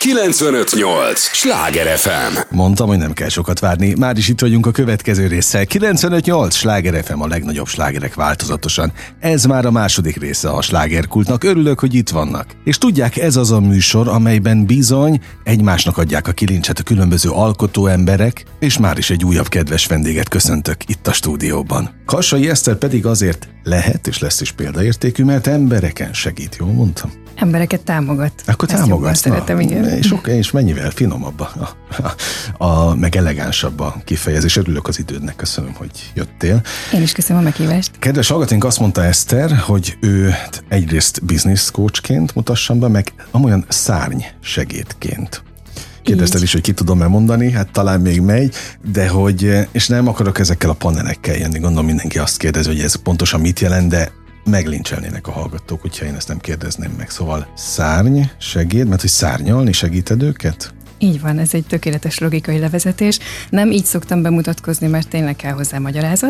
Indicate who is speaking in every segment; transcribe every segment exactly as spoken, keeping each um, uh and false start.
Speaker 1: kilencvenöt nyolc Sláger ef em.
Speaker 2: Mondtam, hogy nem kell sokat várni. Már is itt vagyunk a következő résszel. kilencvenöt nyolc Sláger ef em, a legnagyobb slágerek változatosan. Ez már a második része a slágerkultnak. Örülök, hogy itt vannak. És tudják, ez az a műsor, amelyben bizony egymásnak adják a kilincset a különböző alkotó emberek, és már is egy újabb kedves vendéget köszöntök itt a stúdióban. Kassai Eszter pedig azért lehet, és lesz is példaértékű, mert embereken segít, jól mondtam?
Speaker 3: Embereket támogat.
Speaker 2: Akkor
Speaker 3: Ezt
Speaker 2: támogatsz.
Speaker 3: Szeretem, igen.
Speaker 2: És, okay, és mennyivel finomabb, a, a, a, meg elegánsabb a kifejezés. Örülök az idődnek, köszönöm, hogy jöttél.
Speaker 3: Én is köszönöm a meghívást.
Speaker 2: Kedves hallgatónk, azt mondta Eszter, hogy ő egyrészt business coachként mutassam be, meg amolyan szárny segédként. Kérdezted is, hogy ki tudom-e mondani, hát talán még megy, de hogy, és nem akarok ezekkel a panelekkel jönni, gondolom mindenki azt kérdezi, hogy ez pontosan mit jelent, de meglincselnének a hallgatók, hogyha én ezt nem kérdezném meg. Szóval szárny, segéd, mert hogy szárnyalni segíted őket?
Speaker 3: Így van, ez egy tökéletes logikai levezetés. Nem így szoktam bemutatkozni, mert tényleg kell hozzá magyarázat.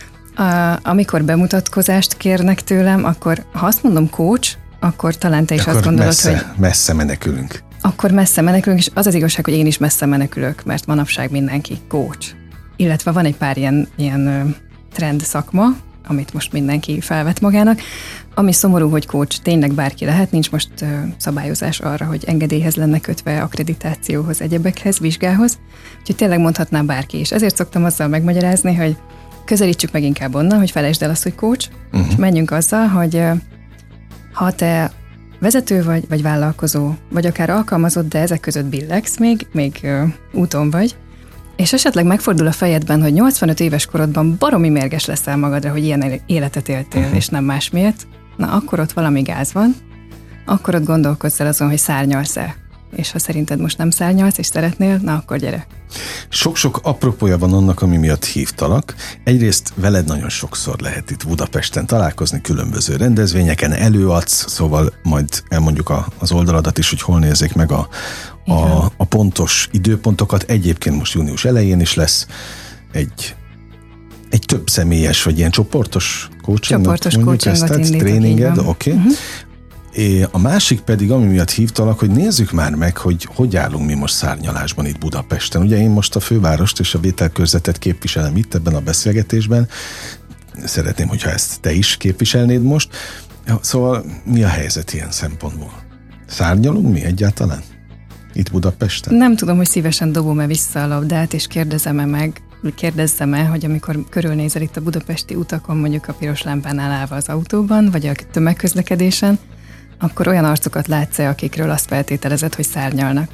Speaker 3: A, amikor bemutatkozást kérnek tőlem, akkor ha azt mondom coach, akkor talán te is
Speaker 2: akkor
Speaker 3: azt gondolod,
Speaker 2: messze,
Speaker 3: hogy...
Speaker 2: messze menekülünk.
Speaker 3: Akkor messze menekülünk, és az az igazság, hogy én is messze menekülök, mert manapság mindenki coach. Illetve van egy pár ilyen, ilyen trend szakma, amit most mindenki felvet magának, ami szomorú, hogy coach tényleg bárki lehet, nincs most uh, szabályozás arra, hogy engedélyhez lenne kötve, akkreditációhoz, egyebekhez, vizsgához, úgyhogy tényleg mondhatná bárki is. Ezért szoktam azzal megmagyarázni, hogy közelítsük meg inkább onnan, hogy felejtsd el azt, hogy coach, uh-huh. és menjünk azzal, hogy uh, ha te vezető vagy, vagy vállalkozó, vagy akár alkalmazott, de ezek között billegsz még, még uh, úton vagy, és esetleg megfordul a fejedben, hogy nyolcvanöt éves korodban baromi mérges leszel magadra, hogy ilyen életet éltél, uh-huh. és nem más miért, na akkor ott valami gáz van, akkor ott gondolkodsz el azon, hogy szárnyalsz-e. És ha szerinted most nem szárnyalsz, és szeretnél, na akkor gyere.
Speaker 2: Sok-sok apropója van annak, ami miatt hívtalak. Egyrészt veled nagyon sokszor lehet itt Budapesten találkozni, különböző rendezvényeken előadsz, szóval majd elmondjuk a, az oldaladat is, hogy hol nézzék meg a, a, a pontos időpontokat. Egyébként most június elején is lesz egy, egy több személyes, vagy ilyen csoportos coachingot,
Speaker 3: csoportos coachingot indítok,
Speaker 2: tréninged, oké. Okay.
Speaker 3: Uh-huh.
Speaker 2: É, a másik pedig, ami miatt hívtalak, hogy nézzük már meg, hogy hogy állunk mi most szárnyalásban itt Budapesten. Ugye én most a fővárost és a vételkörzetet képviselem itt ebben a beszélgetésben. Szeretném, hogyha ezt te is képviselnéd most. Szóval mi a helyzet ilyen szempontból? Szárnyalunk mi egyáltalán itt Budapesten?
Speaker 3: Nem tudom, hogy szívesen dobom-e vissza a labdát, és kérdezem-e meg, kérdezzem-e, hogy amikor körülnézel itt a budapesti utakon, mondjuk a piros lámpánál állva az autóban, vagy a tömegközlekedésen, akkor olyan arcokat látsz-e, akikről azt feltételezed, hogy szárnyalnak?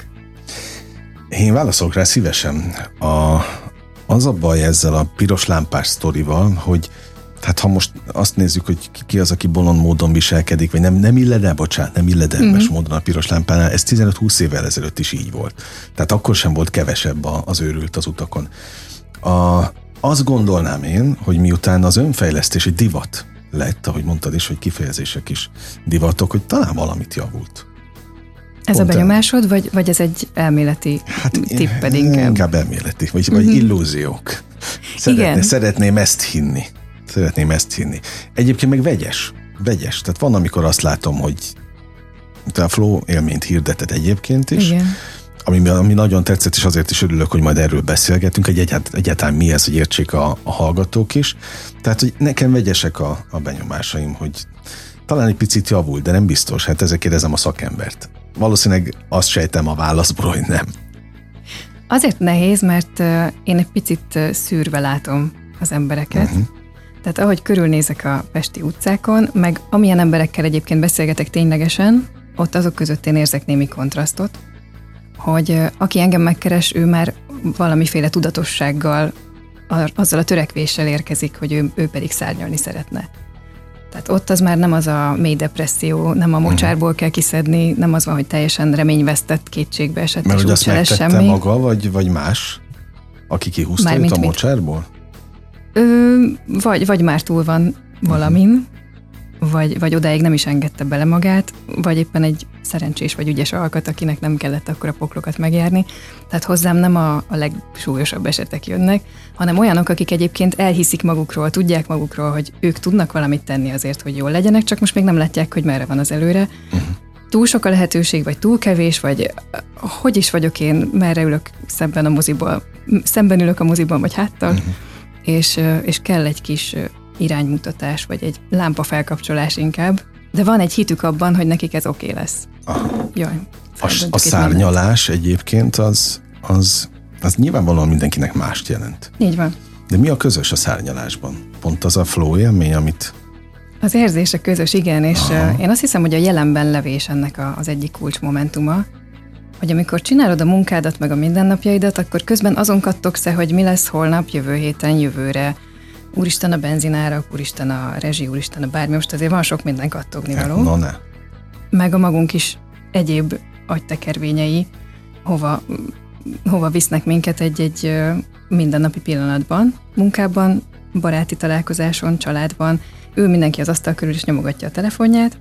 Speaker 2: Én válaszolok rá szívesen. A, az a baj ezzel a piros lámpás sztorival, hogy hát ha most azt nézzük, hogy ki az, aki bolond módon viselkedik, vagy nem, nem illed el, bocsánat, nem illedelmes mm-hmm. módon a piros lámpánál, ez tizenöt-húsz évvel ezelőtt is így volt. Tehát akkor sem volt kevesebb az őrült az utakon. A, azt gondolnám én, hogy miután az önfejlesztés egy divat lett, ahogy mondtad is, hogy kifejezések is divatok, hogy talán valamit javult.
Speaker 3: Ez Pont a benyomásod, el... vagy, vagy ez egy elméleti hát, tipped inkább?
Speaker 2: Inkább elméleti, vagy, uh-huh. vagy illúziók. Szeretné, szeretném ezt hinni. Szeretném ezt hinni. Egyébként meg vegyes. Vegyes. Tehát van, amikor azt látom, hogy te a flow élményt hirdeted egyébként is, igen. Ami, ami nagyon tetszett, és azért is örülök, hogy majd erről beszélgetünk, hogy egyált, egyáltalán mi ez, hogy értsék a, a hallgatók is. Tehát, hogy nekem vegyesek a, a benyomásaim, hogy talán egy picit javult, de nem biztos. Hát ezért kérdezem a szakembert. Valószínűleg azt sejtem a válaszból, hogy nem.
Speaker 3: Azért nehéz, mert én egy picit szűrve látom az embereket. Uh-huh. Tehát ahogy körülnézek a pesti utcákon, meg amilyen emberekkel egyébként beszélgetek ténylegesen, ott azok között én érzek némi kontrasztot, hogy aki engem megkeres, ő már valamiféle tudatossággal, azzal a törekvéssel érkezik, hogy ő, ő pedig szárnyalni szeretne. Tehát ott az már nem az a mély depresszió, nem a mocsárból kell kiszedni, nem az van, hogy teljesen reményvesztett, kétségbe esett,
Speaker 2: mert
Speaker 3: és
Speaker 2: hogy azt
Speaker 3: lesz
Speaker 2: megtette
Speaker 3: semmi.
Speaker 2: maga, vagy, vagy más, aki kihúzta őt a mocsárból?
Speaker 3: Ö, vagy, vagy már túl van valamin, uh-huh. vagy, vagy odáig nem is engedte bele magát, vagy éppen egy szerencsés vagy ügyes alkat, akinek nem kellett akkor a poklokat megjárni. Tehát hozzám nem a, a legsúlyosabb esetek jönnek, hanem olyanok, akik egyébként elhiszik magukról, tudják magukról, hogy ők tudnak valamit tenni azért, hogy jól legyenek, csak most még nem látják, hogy merre van az előre. Uh-huh. túl sok a lehetőség, vagy túl kevés, vagy hogy is vagyok én, merre ülök szemben a moziból, szemben ülök a moziban, vagy háttal, uh-huh. és, és kell egy kis iránymutatás, vagy egy lámpa felkapcsolás inkább, de van egy hitük abban, hogy nekik ez oké okay lesz.
Speaker 2: Aha.
Speaker 3: Jaj,
Speaker 2: a, a szárnyalás egyébként az, az, az nyilvánvalóan mindenkinek mást jelent.
Speaker 3: Így van.
Speaker 2: De mi a közös a szárnyalásban? Pont az a flow élmény, amit...
Speaker 3: Az érzése közös, igen, és Aha. én azt hiszem, hogy a jelenben levés ennek a, az egyik kulcsmomentuma, hogy amikor csinálod a munkádat, meg a mindennapjaidat, akkor közben azon kattogsz-e, hogy mi lesz holnap, jövő héten, jövőre, úristen a benzinárak, úristen a rezsi, úristen a bármi, most azért van sok minden kattogni való.
Speaker 2: No, ne.
Speaker 3: Meg a magunk is egyéb agytekervényei, hova, hova visznek minket egy-egy mindennapi pillanatban, munkában, baráti találkozáson, családban, ül mindenki az asztal körül is nyomogatja a telefonját,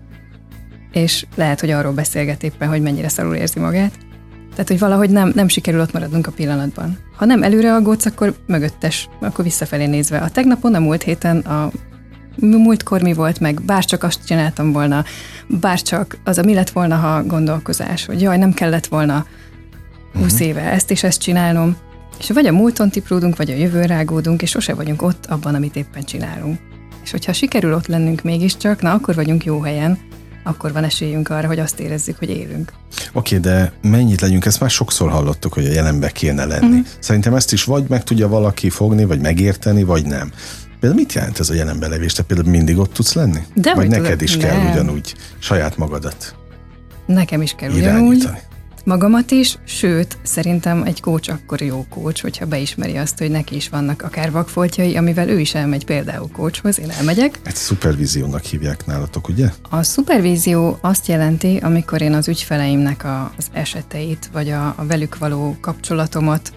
Speaker 3: és lehet, hogy arról beszélget éppen, hogy mennyire szarul érzi magát. Tehát, hogy valahogy nem, nem sikerül ott maradnunk a pillanatban. Ha nem előre aggódsz, akkor mögöttes, akkor visszafelé nézve. A tegnapon, a múlt héten, a múltkor mi volt meg, bárcsak azt csináltam volna, bárcsak az a mi lett volna, ha gondolkozás, hogy jaj, nem kellett volna húsz uh-huh. éve ezt és ezt csinálnom. És vagy a múlton tipródunk, vagy a jövőn rágódunk, és sose vagyunk ott abban, amit éppen csinálunk. És hogyha sikerül ott lennünk mégiscsak, na akkor vagyunk jó helyen, akkor van esélyünk arra, hogy azt érezzük, hogy élünk.
Speaker 2: Oké, okay, de mennyit legyünk, ezt már sokszor hallottuk, hogy a jelenbe kéne lenni. Mm. Szerintem ezt is vagy meg tudja valaki fogni, vagy megérteni, vagy nem. Például mit jelent ez a jelenbe levés? Te például mindig ott tudsz lenni?
Speaker 3: De
Speaker 2: vagy neked is kell
Speaker 3: nem.
Speaker 2: ugyanúgy saját magadat
Speaker 3: Nekem is kell
Speaker 2: irányítani.
Speaker 3: Ugyanúgy. Magamat is, sőt, szerintem egy coach akkor jó coach, hogyha beismeri azt, hogy neki is vannak akár vakfoltjai, amivel ő is elmegy például coachhoz, én elmegyek.
Speaker 2: Egy szupervíziónak hívják nálatok, ugye?
Speaker 3: A szupervízió azt jelenti, amikor én az ügyfeleimnek a, az eseteit, vagy a, a velük való kapcsolatomat,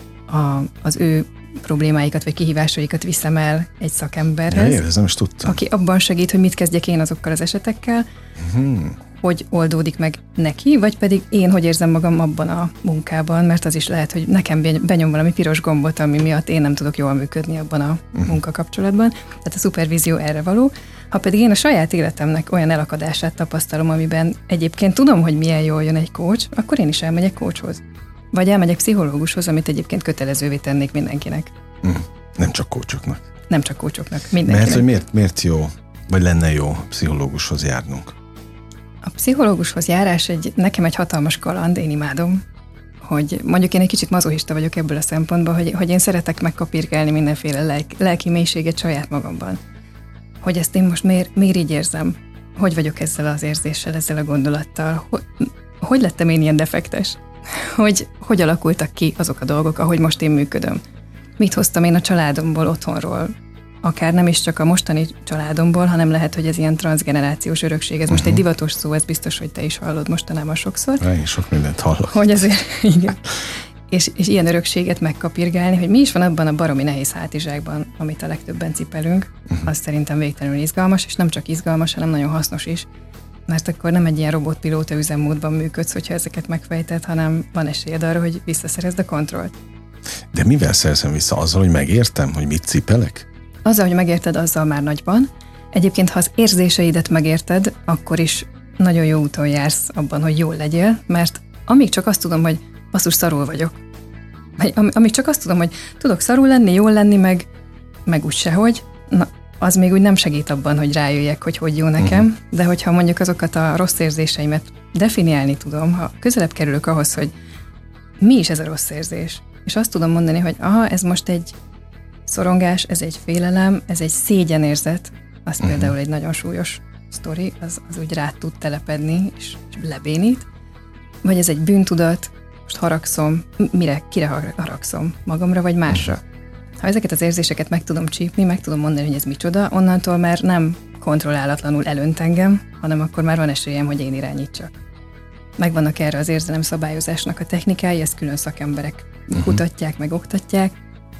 Speaker 3: a, az ő problémáikat, vagy kihívásaikat viszem el egy szakemberhez.
Speaker 2: Ja, ez nem is tudtam.
Speaker 3: Aki abban segít, hogy mit kezdjek én azokkal az esetekkel. Hmm. Hogy oldódik meg neki, vagy pedig én hogy érzem magam abban a munkában, mert az is lehet, hogy nekem benyom valami piros gombot, ami miatt én nem tudok jól működni abban a uh-huh. munkakapcsolatban. Tehát a szupervízió erre való. Ha pedig én a saját életemnek olyan elakadását tapasztalom, amiben egyébként tudom, hogy milyen jól jön egy coach, akkor én is elmegyek coachhoz. Vagy elmegyek pszichológushoz, amit egyébként kötelezővé tennék mindenkinek. Uh-huh.
Speaker 2: Nem csak coachoknak.
Speaker 3: Nem csak coachoknak, mindenkinek.
Speaker 2: Mert hogy miért, miért jó, vagy lenne jó pszichológushoz járnunk?
Speaker 3: A pszichológushoz járás egy, nekem egy hatalmas kaland, én imádom, hogy mondjuk én egy kicsit mazochista vagyok ebből a szempontból, hogy, hogy én szeretek megkapirgálni mindenféle lelki, lelki mélységet saját magamban. Hogy ezt én most miért, miért így érzem? Hogy vagyok ezzel az érzéssel, ezzel a gondolattal? Hogy, hogy lettem én ilyen defektes? Hogy, hogy alakultak ki azok a dolgok, ahogy most én működöm? Mit hoztam én a családomból, otthonról? Akár nem is csak a mostani családomból, hanem lehet, hogy ez ilyen transzgenerációs örökség. Ez most uh-huh. egy divatos szó, ez biztos, hogy te is hallod mostanában sokszor.
Speaker 2: Én sok mindent hallok.
Speaker 3: Hogy azért, igen. És, és ilyen örökséget megkapirgálni, hogy mi is van abban a baromi nehéz hátizsákban, amit a legtöbben cipelünk, uh-huh. az szerintem végtelenül izgalmas, és nem csak izgalmas, hanem nagyon hasznos is. Mert akkor nem egy ilyen robotpilóta üzemmódban működsz, hogyha ezeket megfejted, hanem van esélyed arra, hogy visszaszerezd a kontrollt.
Speaker 2: De mivel szerzem vissza? Azzal, hogy megértem, hogy mit cipelek?
Speaker 3: Azzal, hogy megérted, azzal már nagyban. Egyébként, ha az érzéseidet megérted, akkor is nagyon jó úton jársz abban, hogy jól legyél, mert amíg csak azt tudom, hogy basszus, szarul vagyok, vagy am- amíg csak azt tudom, hogy tudok szarul lenni, jól lenni, meg, meg úgy sehogy, na, az még úgy nem segít abban, hogy rájöjjek, hogy hogy jó nekem, uh-huh. de hogyha mondjuk azokat a rossz érzéseimet definiálni tudom, ha közelebb kerülök ahhoz, hogy mi is ez a rossz érzés, és azt tudom mondani, hogy aha, ez most egy szorongás, ez egy félelem, ez egy szégyenérzet, az uh-huh. például egy nagyon súlyos sztori, az, az úgy rád tud telepedni, és, és lebénít, vagy ez egy bűntudat, most haragszom, mire, kire haragszom, magamra vagy másra. Ha ezeket az érzéseket meg tudom csípni, meg tudom mondani, hogy ez micsoda, onnantól már nem kontrollálatlanul elönt engem, hanem akkor már van esélyem, hogy én irányítsak. Megvannak erre az érzelemszabályozásnak a technikái, ezt külön szakemberek uh-huh. kutatják, meg oktatják,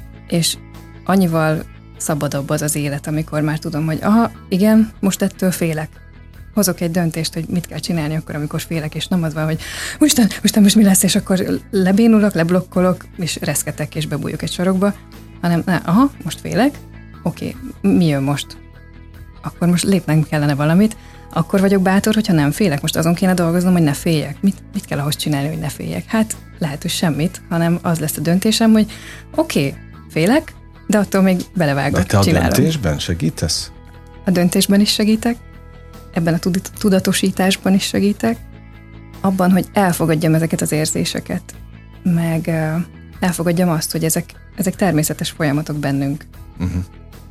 Speaker 3: és annyival szabadabb az az élet, amikor már tudom, hogy aha, igen, most ettől félek. Hozok egy döntést, hogy mit kell csinálni akkor, amikor félek, és nem az van, hogy mostan, mostan most mi lesz, és akkor lebénulok, leblokkolok, és reszketek, és bebújok egy sarokba, hanem na, aha, most félek, oké, mi jön most? Akkor most lépnem kellene valamit, akkor vagyok bátor, hogyha nem félek. Most azon kéne dolgoznom, hogy ne féljek. Mit, mit kell ahhoz csinálni, hogy ne féljek? Hát lehet, hogy semmit, hanem az lesz a döntésem, hogy oké, okay, félek, de attól még belevágok,
Speaker 2: de te a
Speaker 3: csinálom.
Speaker 2: döntésben segítesz?
Speaker 3: A döntésben is segítek, ebben a tudatosításban is segítek, abban, hogy elfogadjam ezeket az érzéseket, meg elfogadjam azt, hogy ezek, ezek természetes folyamatok bennünk. Uh-huh.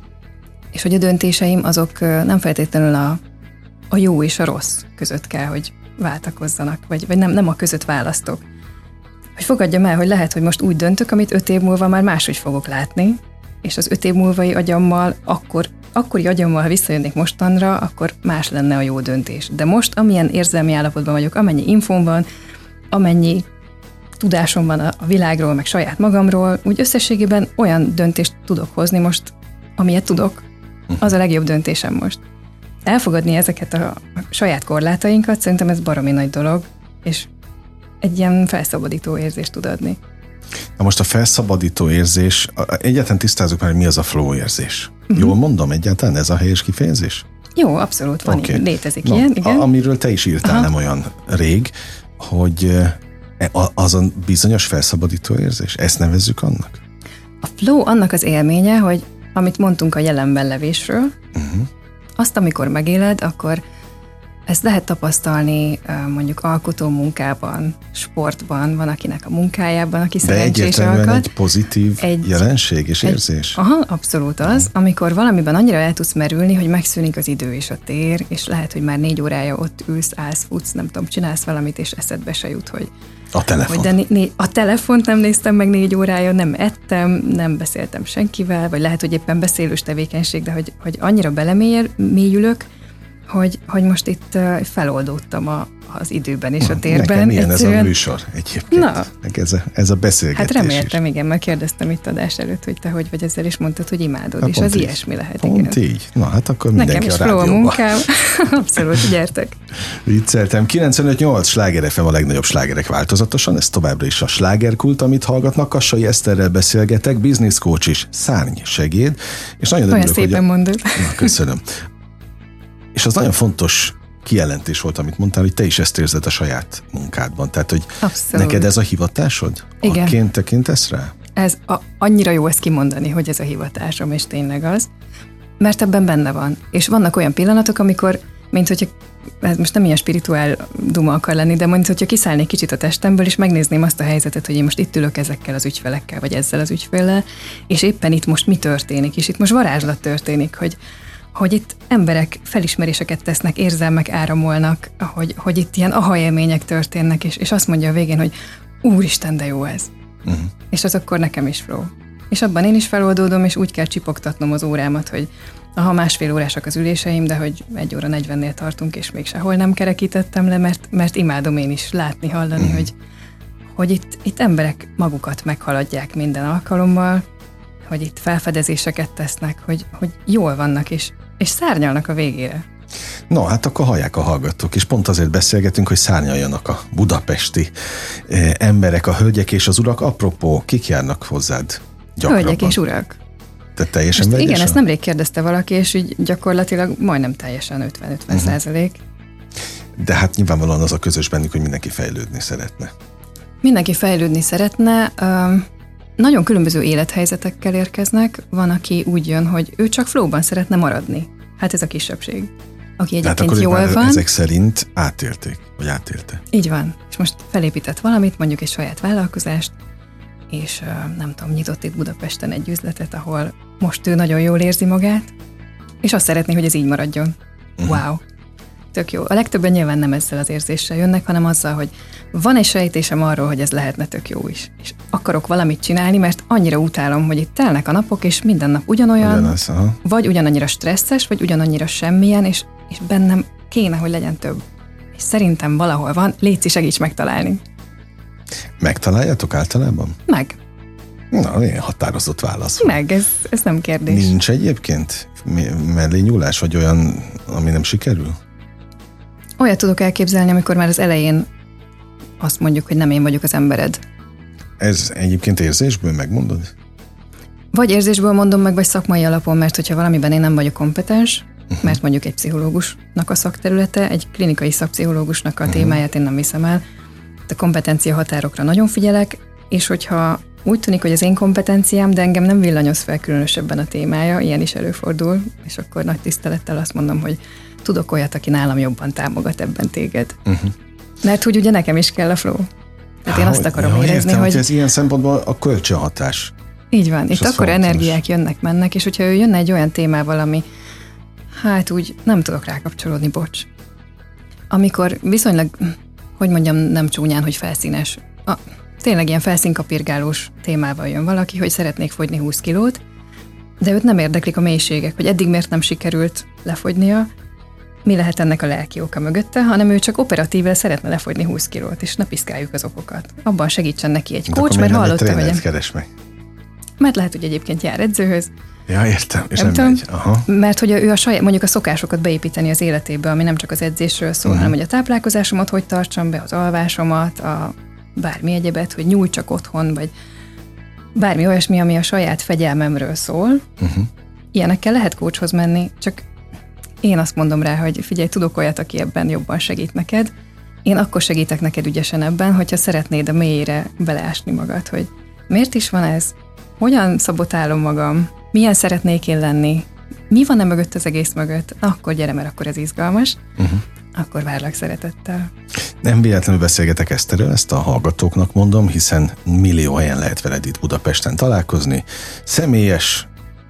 Speaker 3: És hogy a döntéseim azok nem feltétlenül a, a jó és a rossz között kell, hogy váltakozzanak, vagy, vagy nem, nem a között választok. Hogy fogadjam el, hogy lehet, hogy most úgy döntök, amit öt év múlva már máshogy fogok látni, és az öt év múlvai agyammal, akkor, akkori agyammal, ha visszajönnék mostanra, akkor más lenne a jó döntés. De most, amilyen érzelmi állapotban vagyok, amennyi infóm van, amennyi tudásom van a világról, meg saját magamról, úgy összességében olyan döntést tudok hozni most, amilyet tudok, az a legjobb döntésem most. Elfogadni ezeket a saját korlátainkat, szerintem ez baromi nagy dolog, és egy ilyen felszabadító érzést tud adni.
Speaker 2: Na most a felszabadító érzés, egyáltalán tisztázzuk már, hogy mi az a flow érzés. Uh-huh. Jól mondom egyáltalán, ez a helyes kifejezés?
Speaker 3: Jó, abszolút, van okay. Ilyen, létezik
Speaker 2: no,
Speaker 3: ilyen, igen.
Speaker 2: A, amiről te is írtál Aha. nem olyan rég, hogy az a bizonyos felszabadító érzés, ezt nevezzük annak?
Speaker 3: A flow annak az élménye, hogy amit mondtunk a jelenben levésről, uh-huh. azt, amikor megéled, akkor ezt lehet tapasztalni mondjuk alkotó munkában, sportban, van akinek a munkájában, aki szerencsés alkat. De egyértelműen
Speaker 2: egy pozitív egy, jelenség és
Speaker 3: egy,
Speaker 2: érzés.
Speaker 3: Aha, abszolút az, amikor valamiben annyira el tudsz merülni, hogy megszűnik az idő és a tér, és lehet, hogy már négy órája ott ülsz, állsz, futsz, nem tudom, csinálsz valamit, és eszedbe se jut, hogy
Speaker 2: a telefon.
Speaker 3: Hogy de né- né- a telefont nem néztem meg négy órája, nem ettem, nem beszéltem senkivel, vagy lehet, hogy éppen beszélős tevékenység, de hogy, hogy annyira belemélyülök, hogy, hogy most itt feloldódtam a, az időben és a térben.
Speaker 2: Nekem ilyen egyszerűen... ez a műsor egyébként. Na. Ez a, ez a beszélgetés
Speaker 3: Hát reméltem,
Speaker 2: is.
Speaker 3: Igen, mert kérdeztem itt adás előtt, hogy te hogy vagy ezzel, és mondtad, hogy imádod, Na, és az így. Ilyesmi lehet.
Speaker 2: Pont igen. Így. Na hát akkor mindenki
Speaker 3: Nekem
Speaker 2: a rádióban.
Speaker 3: Nekem is flow a munkám. Abszolút, gyertek.
Speaker 2: Vicceltem. kilencvenöt nyolc Sláger ef em a legnagyobb slágerek változatosan, ez továbbra is a slágerkult, amit hallgatnak. Kassai Eszterrel beszélgetek, business coach is, szárny segéd. És nagyon
Speaker 3: Olyan
Speaker 2: örülök,
Speaker 3: szépen
Speaker 2: hogy a...
Speaker 3: mondod.
Speaker 2: Na, köszönöm. És az nagyon fontos kijelentés volt, amit mondtál, hogy te is ezt érzed a saját munkádban. Tehát, hogy Abszolút. Neked ez a hivatásod?
Speaker 3: Igen.
Speaker 2: Aként tekintesz rá?
Speaker 3: Ez a, annyira jó ezt kimondani, hogy ez a hivatásom, és tényleg az. Mert ebben benne van. És vannak olyan pillanatok, amikor, mint hogyha, ez most nem ilyen spirituál duma akar lenni, de mondjuk, hogyha kiszállnék kicsit a testemből, és megnézném azt a helyzetet, hogy én most itt ülök ezekkel az ügyfelekkel, vagy ezzel az ügyféllel, és éppen itt most mi történik, és itt most varázslat történik, hogy hogy itt emberek felismeréseket tesznek, érzelmek áramolnak, hogy, hogy itt ilyen aha élmények történnek, és, és azt mondja a végén, hogy úristen, de jó ez. Uh-huh. És az akkor nekem is flow. És abban én is feloldódom, és úgy kell csipogtatnom az órámat, hogy aha, másfél órásak az üléseim, de hogy egy óra negyvennél tartunk, és még sehol nem kerekítettem le, mert, mert imádom én is látni, hallani, uh-huh. hogy, hogy itt, itt emberek magukat meghaladják minden alkalommal, hogy itt felfedezéseket tesznek, hogy, hogy jól vannak, és, és szárnyalnak a végére.
Speaker 2: No, hát akkor hallják a hallgatók, és pont azért beszélgetünk, hogy szárnyaljanak a budapesti eh, emberek, a hölgyek és az urak. Apropó, kik járnak hozzád gyakrabban?
Speaker 3: Hölgyek és urak.
Speaker 2: Te teljesen vegyesen?
Speaker 3: Igen, ezt nemrég kérdezte valaki, és így gyakorlatilag majdnem teljesen ötven-ötven uh-huh. százalék.
Speaker 2: De hát nyilvánvalóan az a közös bennük, hogy mindenki fejlődni szeretne.
Speaker 3: Mindenki fejlődni szeretne. Um, Nagyon különböző élethelyzetekkel érkeznek, van, aki úgy jön, hogy ő csak flowban szeretne maradni. Hát ez a kisebbség. Aki egyébként hát jól van.
Speaker 2: Ezek szerint átélték, vagy átélte.
Speaker 3: Így van. És most felépített valamit, mondjuk egy saját vállalkozást, és nem tudom, nyitott itt Budapesten egy üzletet, ahol most ő nagyon jól érzi magát, és azt szeretné, hogy ez így maradjon. Uh-huh. Wow. Tök jó. A legtöbben nyilván nem ezzel az érzéssel jönnek, hanem azzal, hogy van egy sejtésem arról, hogy ez lehetne tök jó is. És akarok valamit csinálni, mert annyira utálom, hogy itt telnek a napok, és minden nap ugyanolyan, Ugyanaz, vagy ugyanannyira stresszes, vagy ugyanannyira semmilyen, és, és bennem kéne, hogy legyen több. És szerintem valahol van, légy, segíts megtalálni.
Speaker 2: Megtaláljátok általában?
Speaker 3: Meg.
Speaker 2: Na, ilyen határozott válasz.
Speaker 3: Meg, ez, ez nem kérdés.
Speaker 2: Nincs egyébként mellé nyúlás, vagy olyan, ami nem sikerül?
Speaker 3: Olyat tudok elképzelni, amikor már az elején azt mondjuk, hogy nem én vagyok az embered.
Speaker 2: Ez egyébként érzésből megmondod?
Speaker 3: Vagy érzésből mondom meg, vagy szakmai alapon, mert hogyha valamiben én nem vagyok kompetens, uh-huh. mert mondjuk egy pszichológusnak a szakterülete, egy klinikai szakpszichológusnak a uh-huh. témáját én nem viszem el. A kompetencia határokra nagyon figyelek, és hogyha úgy tűnik, hogy az én kompetenciám, de engem nem villanyoz fel különösebben a témája, ilyen is előfordul, és akkor nagy tisztelettel azt mondom, hogy tudok olyat, aki nálam jobban támogat ebben téged. Uh-huh. Mert hogy ugye nekem is kell a flow. Tehát én azt akarom ja, érezni,
Speaker 2: értem,
Speaker 3: hogy...
Speaker 2: ez ilyen szempontból a kölcsönhatás.
Speaker 3: Így van, itt akkor fontos. Energiák jönnek, mennek, és hogyha ő jönne egy olyan témával, ami hát úgy nem tudok rákapcsolódni, bocs. Amikor viszonylag, hogy mondjam, nem csúnyán, hogy felszínes, a, tényleg ilyen felszínkapirgálós témával jön valaki, hogy szeretnék fogyni húsz kilót, de őt nem érdeklik a mélységek, hogy eddig miért nem sikerült lefogynia, mi lehet ennek a lelki oka mögötte, hanem ő csak operatíve szeretne lefogyni húsz kilót, és ne piszkáljuk az okokat. Abban segítsen neki egy coach, mert hallotta, hogy...
Speaker 2: keres meg.
Speaker 3: Mert lehet, hogy egyébként jár edzőhöz.
Speaker 2: Ja, értem, és
Speaker 3: nem,
Speaker 2: nem megy. Aha.
Speaker 3: Mert hogy ő a saját, mondjuk a szokásokat beépíteni az életébe, ami nem csak az edzésről szól, uh-huh. hanem hogy a táplálkozásomat hogy tartsam be, az alvásomat, a bármi egyebet, hogy nyújtsak otthon, vagy bármi olyasmi, ami a saját fegyelmemről szól. Uh-huh. Ilyenekkel lehet coachhoz menni, csak én azt mondom rá, hogy figyelj, tudok olyat, aki ebben jobban segít neked. Én akkor segítek neked ügyesen ebben, hogyha szeretnéd a mélyére beleásni magad, hogy miért is van ez, hogyan szabotálom magam, milyen szeretnék én lenni, mi van-e mögött az egész mögött, akkor gyere, mert akkor ez izgalmas, uh-huh. akkor várlak szeretettel.
Speaker 2: Nem véletlenül beszélgetek Eszterrel, ezt a hallgatóknak mondom, hiszen millió helyen lehet veled itt Budapesten találkozni, személyes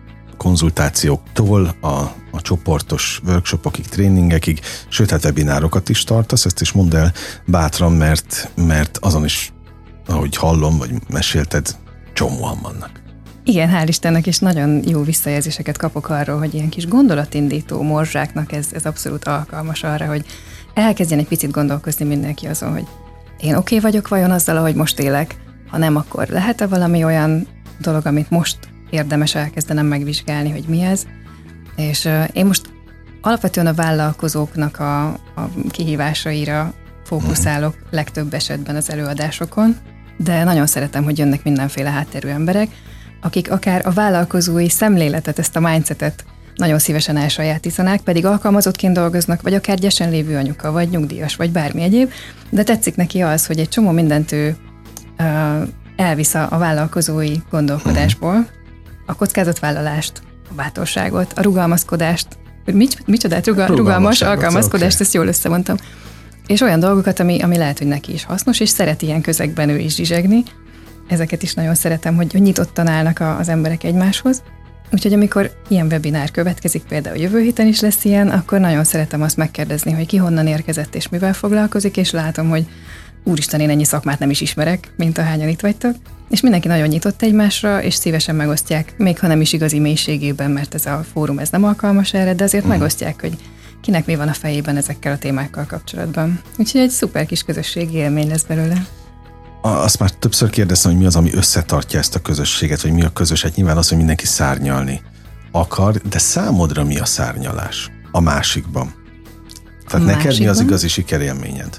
Speaker 2: konzultációktól a, a csoportos workshopokig, tréningekig, sőt, hát webinárokat is tartasz, ezt is mondd el bátran, mert, mert azon is, ahogy hallom, vagy mesélted, csomóan vannak.
Speaker 3: Igen, hál' Istennek, és nagyon jó visszajelzéseket kapok arról, hogy ilyen kis gondolatindító morzsáknak ez, ez abszolút alkalmas arra, hogy elkezdjen egy picit gondolkozni mindenki azon, hogy én oké okay vagyok vajon azzal, ahogy most élek, ha nem, akkor lehet-e valami olyan dolog, amit most érdemes elkezdenem megvizsgálni, hogy mi ez. És uh, én most alapvetően a vállalkozóknak a, a kihívásaira fókuszálok uh-huh. legtöbb esetben az előadásokon, de nagyon szeretem, hogy jönnek mindenféle hátterű emberek, akik akár a vállalkozói szemléletet, ezt a mindsetet nagyon szívesen elsajátítanák, pedig alkalmazottként dolgoznak, vagy akár gyesen lévő anyuka, vagy nyugdíjas, vagy bármi egyéb, de tetszik neki az, hogy egy csomó mindent ő uh, elvisz a vállalkozói gondolkodásból, a kockázatvállalást, a bátorságot, a rugalmazkodást, mit, micsodát, rugal, rugalmas alkalmazkodást, okay. Ezt jól összemondtam, és olyan dolgokat, ami, ami lehet, hogy neki is hasznos, és szeret ilyen közegben ő is zsizsegni. Ezeket is nagyon szeretem, hogy, hogy nyitottan állnak a, az emberek egymáshoz. Úgyhogy amikor ilyen webinár következik, például jövő héten is lesz ilyen, akkor nagyon szeretem azt megkérdezni, hogy ki honnan érkezett és mivel foglalkozik, és látom, hogy úristen, én ennyi szakmát nem is ismerek, mint ahányan itt vagytok, és mindenki nagyon nyitott egymásra, és szívesen megosztják, még ha nem is igazi mélységében, mert ez a fórum ez nem alkalmas erre, de azért uh-huh. megosztják, hogy kinek mi van a fejében ezekkel a témákkal kapcsolatban. Úgyhogy egy szuper kis közösségi élmény lesz belőle.
Speaker 2: Azt már többször kérdeztem, hogy mi az, ami összetartja ezt a közösséget, vagy mi a közös. Hát nyilván az, hogy mindenki szárnyalni akar, de számodra mi a szárnyalás a másikban? Tehát a neked másikban? Mi az igazi sikerélményed?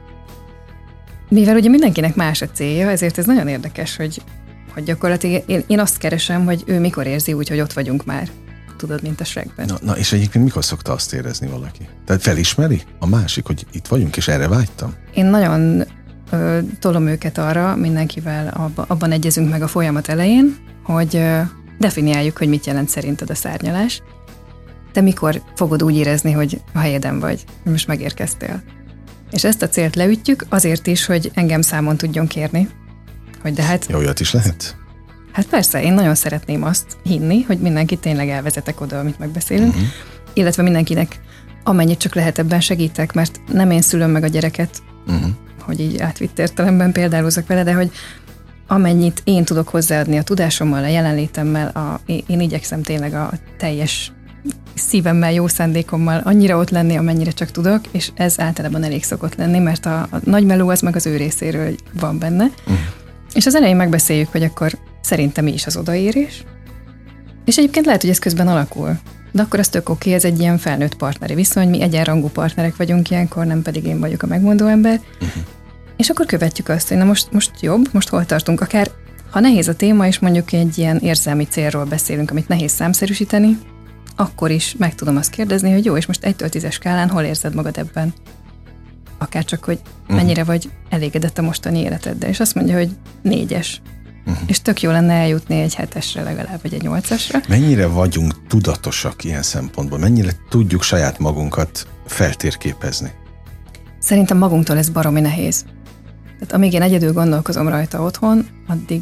Speaker 3: Mivel ugye mindenkinek más a célja, ezért ez nagyon érdekes, hogy, hogy gyakorlatilag én, én azt keresem, hogy ő mikor érzi úgy, hogy ott vagyunk már. Tudod, mint a Shrekben.
Speaker 2: Na, na, és egyébként mikor szokta azt érezni valaki? Tehát felismeri a másik, hogy itt vagyunk, és erre vágytam?
Speaker 3: Én nagyon ö, tolom őket arra, mindenkivel abba, abban egyezünk meg a folyamat elején, hogy ö, definiáljuk, hogy mit jelent szerinted a szárnyalás. Te mikor fogod úgy érezni, hogy a helyeden vagy, most megérkeztél. És ezt a célt leütjük azért is, hogy engem számon tudjon kérni. Hogy de hát...
Speaker 2: Jó, olyat is lehet?
Speaker 3: Hát persze, én nagyon szeretném azt hinni, hogy mindenkit tényleg elvezetek oda, amit megbeszélünk, uh-huh. illetve mindenkinek amennyit csak lehet ebben segítek, mert nem én szülöm meg a gyereket, uh-huh. hogy így átvitt értelemben példálózok vele, de hogy amennyit én tudok hozzáadni a tudásommal, a jelenlétemmel, a, én igyekszem tényleg a teljes szívemmel, jó szándékommal annyira ott lenni, amennyire csak tudok, és ez általában elég szokott lenni, mert a, a nagy meló az meg az ő részéről van benne. Uh-huh. És az elején megbeszéljük, hogy akkor szerintem mi is az odaérés. És egyébként lehet, hogy ez közben alakul. De akkor az tök oké, ez egy ilyen felnőtt partneri viszony, mi egyenrangú partnerek vagyunk ilyenkor, nem pedig én vagyok a megmondó ember. Uh-huh. És akkor követjük azt, hogy na most, most jobb, most hol tartunk. Akár, ha nehéz a téma, és mondjuk egy ilyen érzelmi célról beszélünk, amit nehéz számszerűsíteni, akkor is meg tudom azt kérdezni, hogy jó, és most egytől tízes skálán hol érzed magad ebben? Akárcsak, hogy mennyire vagy elégedett a mostani életeddel. És azt mondja, hogy négyes. Uh-huh. És tök jó lenne eljutni egy hetesre legalább, vagy egy nyolcasra.
Speaker 2: Mennyire vagyunk tudatosak ilyen szempontból? Mennyire tudjuk saját magunkat feltérképezni?
Speaker 3: Szerintem magunktól ez baromi nehéz. Tehát amíg én egyedül gondolkozom rajta otthon, addig,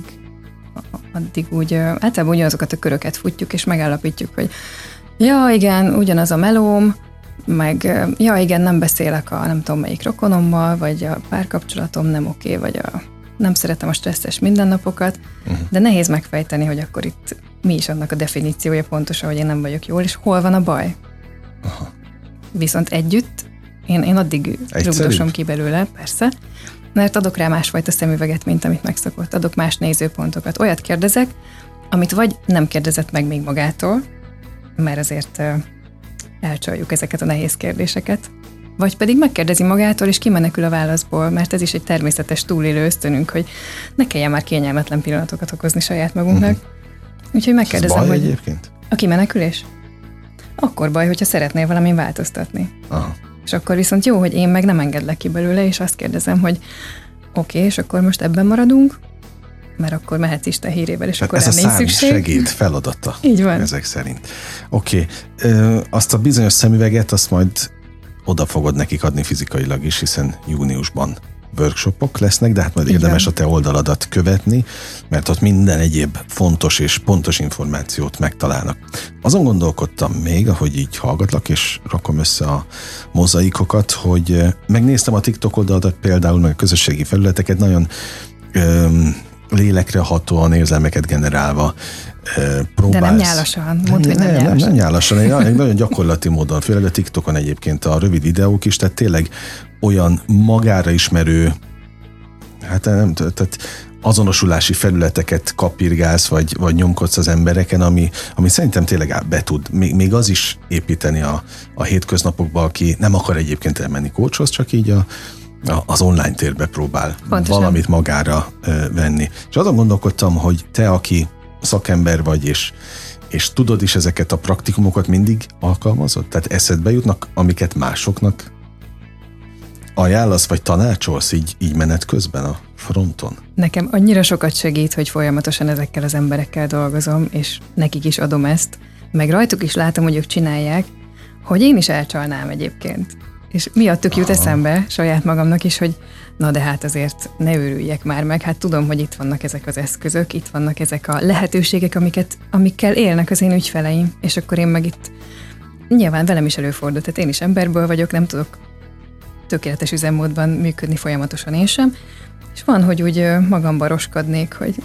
Speaker 3: addig úgy általában ugyanazokat a köröket futjuk, és megállapítjuk, hogy ja, igen, ugyanaz a melóm, meg ja, igen, nem beszélek a nem tudom melyik rokonommal, vagy a párkapcsolatom nem oké, vagy a, nem szeretem a stresszes mindennapokat, uh-huh. de nehéz megfejteni, hogy akkor itt mi is annak a definíciója pontosan, hogy én nem vagyok jól, és hol van a baj. Uh-huh. Viszont együtt én, én addig rugdosom ki belőle, persze, mert adok rá másfajta szemüveget, mint amit megszokott. Adok más nézőpontokat. Olyat kérdezek, amit vagy nem kérdezett meg még magától, mert azért elcsaljuk ezeket a nehéz kérdéseket, vagy pedig megkérdezi magától, és kimenekül a válaszból, mert ez is egy természetes túlélő ösztönünk, hogy ne kelljen már kényelmetlen pillanatokat okozni saját magunknak. Uh-huh. Úgyhogy megkérdezem,
Speaker 2: ez baj
Speaker 3: hogy
Speaker 2: egyébként?
Speaker 3: A kimenekülés? Akkor baj, hogyha szeretnél valamin változtatni.
Speaker 2: Aha.
Speaker 3: És akkor viszont jó, hogy én meg nem engedlek ki belőle, és azt kérdezem, hogy oké, okay, és akkor most ebben maradunk, mert akkor mehetsz Isten hírével, és
Speaker 2: tehát
Speaker 3: akkor
Speaker 2: ez
Speaker 3: nem nincs
Speaker 2: szükség.
Speaker 3: szükség.
Speaker 2: Ez a segéd feladata.
Speaker 3: Így van.
Speaker 2: Ezek szerint. Oké. Okay. Azt a bizonyos szemüveget, azt majd oda fogod nekik adni fizikailag is, hiszen júniusban workshopok lesznek, de hát majd
Speaker 3: Igen.
Speaker 2: érdemes a te oldaladat követni, mert ott minden egyéb fontos és pontos információt megtalálnak. Azon gondolkodtam még, ahogy így hallgatlak, és rakom össze a mozaikokat, hogy megnéztem a TikTok oldaladat például, meg a közösségi felületeket, nagyon öm, lélekre hatóan, érzelmeket generálva próbálsz.
Speaker 3: De nem nyálasan. Mondd, hogy nem,
Speaker 2: nem
Speaker 3: nyálasan.
Speaker 2: Nem, nem nyálasan, egy nagyon gyakorlati módon, főleg a TikTokon egyébként a rövid videók is, tehát tényleg olyan magára ismerő, hát nem, tehát azonosulási felületeket kapirgálsz, vagy, vagy nyomkodsz az embereken, ami, ami szerintem tényleg be tud, még, még az is építeni a, a hétköznapokba, aki nem akar egyébként elmenni coachhoz, csak így a az online térbe próbál Pontosan. valamit magára ö, venni. És azon gondolkodtam, hogy te, aki szakember vagy, és, és tudod is ezeket a praktikumokat mindig alkalmazod? Tehát eszedbe jutnak, amiket másoknak ajánlasz, vagy tanácsolsz így, így menet közben a fronton?
Speaker 3: Nekem annyira sokat segít, hogy folyamatosan ezekkel az emberekkel dolgozom, és nekik is adom ezt, meg rajtuk is látom, hogy ők csinálják, hogy én is elcsalnám egyébként. És miattuk jut eszembe saját magamnak is, hogy na de hát azért ne őrüljek már meg, hát tudom, hogy itt vannak ezek az eszközök, itt vannak ezek a lehetőségek, amiket, amikkel élnek az én ügyfeleim, és akkor én meg itt nyilván velem is előfordul, tehát én is emberből vagyok, nem tudok tökéletes üzemmódban működni folyamatosan én sem, és van, hogy úgy magamban roskadnék, hogy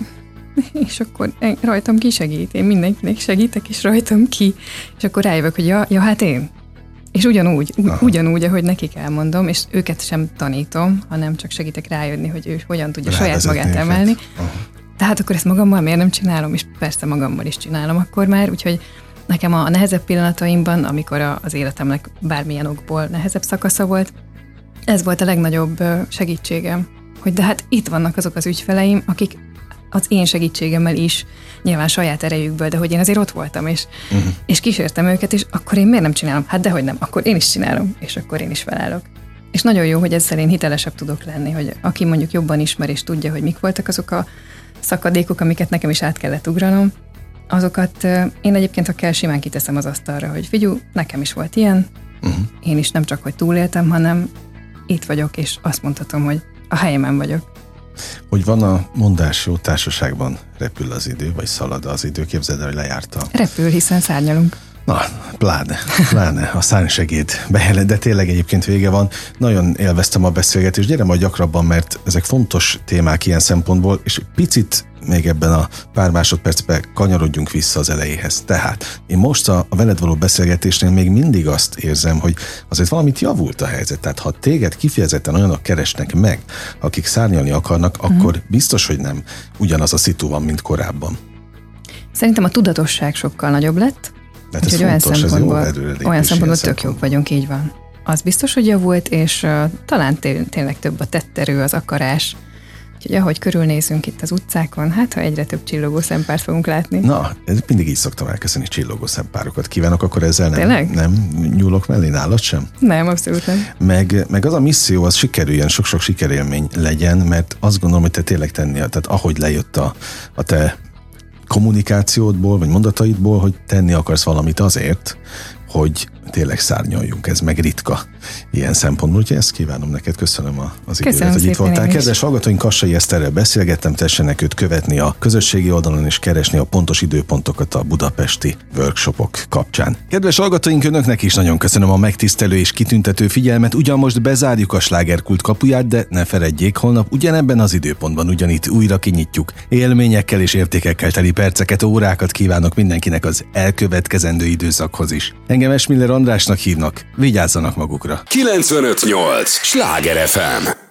Speaker 3: és akkor rajtam ki segít, én mindenkinek segítek, és rajtam ki, és akkor rájövök, hogy ja, ja hát én. És ugyanúgy, Aha. ugyanúgy, ahogy nekik elmondom, és őket sem tanítom, hanem csak segítek rájönni, hogy ő hogyan tudja saját magát emelni. Tehát akkor ezt magammal miért nem csinálom, és persze magammal is csinálom akkor már, úgyhogy nekem a nehezebb pillanataimban, amikor az életemnek bármilyen okból nehezebb szakasza volt, ez volt a legnagyobb segítségem, hogy de hát itt vannak azok az ügyfeleim, akik az én segítségemmel is, nyilván saját erejükből, de hogy én azért ott voltam, és, uh-huh. és kísértem őket, és akkor én miért nem csinálom? Hát dehogy nem, akkor én is csinálom, és akkor én is felállok. És nagyon jó, hogy ezzel én hitelesebb tudok lenni, hogy aki mondjuk jobban ismer, és tudja, hogy mik voltak azok a szakadékok, amiket nekem is át kellett ugranom, azokat én egyébként, ha kell, simán kiteszem az asztalra, hogy figyú, nekem is volt ilyen, uh-huh. én is nem csak, hogy túléltem, hanem itt vagyok, és azt mondhatom, hogy a helyemen vagyok.
Speaker 2: Hogy van a mondás, jó társaságban repül az idő, vagy szalad az idő, képzeld el, hogy lejárta.
Speaker 3: Repül, hiszen szárnyalunk.
Speaker 2: Na, pláne, pláne a szárnysegéd bejelent, de tényleg egyébként vége van. Nagyon élveztem a beszélgetést, gyere majd gyakrabban, mert ezek fontos témák ilyen szempontból, és picit még ebben a pár másodpercben kanyarodjunk vissza az elejéhez. Tehát én most a, a veled való beszélgetésnél még mindig azt érzem, hogy azért valamit javult a helyzet. Tehát ha téged kifejezetten olyanok keresnek meg, akik szárnyalni akarnak, mm. akkor biztos, hogy nem ugyanaz a szitu van, mint korábban.
Speaker 3: Szerintem a tudatosság sokkal nagyobb lett.
Speaker 2: De ez olyan fontos,
Speaker 3: szempontból,
Speaker 2: ez jó
Speaker 3: olyan szempontból tök jók vagyunk, így van. Az biztos, hogy javult, és uh, talán té- tényleg több a tetterő, az akarás, Úgyhogy ahogy körülnézünk itt az utcákon, hát ha egyre több csillogó szempárt fogunk látni.
Speaker 2: Na, ez mindig így szoktam elköszönni, csillogó szempárokat kívánok, akkor ezzel nem,
Speaker 3: Tényleg?
Speaker 2: nem nyúlok mellé nálad sem?
Speaker 3: Nem, abszolút nem.
Speaker 2: Meg, meg az a misszió, az sikerüljen, sok-sok sikerélmény legyen, mert azt gondolom, hogy te tényleg tennél, tehát ahogy lejött a, a te kommunikációdból, vagy mondataidból, hogy tenni akarsz valamit azért, hogy tényleg szárnyaljunk, ez meg ritka ilyen szempontból, úgyhogy ezt kívánom neked, köszönöm az időt, hogy itt voltál. Kedves hallgatóink, Kassai Eszterrel beszélgettem, tessenek őt követni a közösségi oldalon és keresni a pontos időpontokat a budapesti workshopok kapcsán. Kedves hallgatóink, önöknek is nagyon köszönöm a megtisztelő és kitüntető figyelmet, ugyan most bezárjuk a slágerkult kapuját, de ne feledjék, holnap ugyanebben az időpontban ugyanitt újra kinyitjuk. Élményekkel és értékekkel teli perceket, órákat kívánok mindenkinek az elkövetkezendő időszakhoz is. Engem Esmiller Andrásnak hívnak, vigyázzanak magukra.
Speaker 1: kilencvenöt nyolc Sláger ef em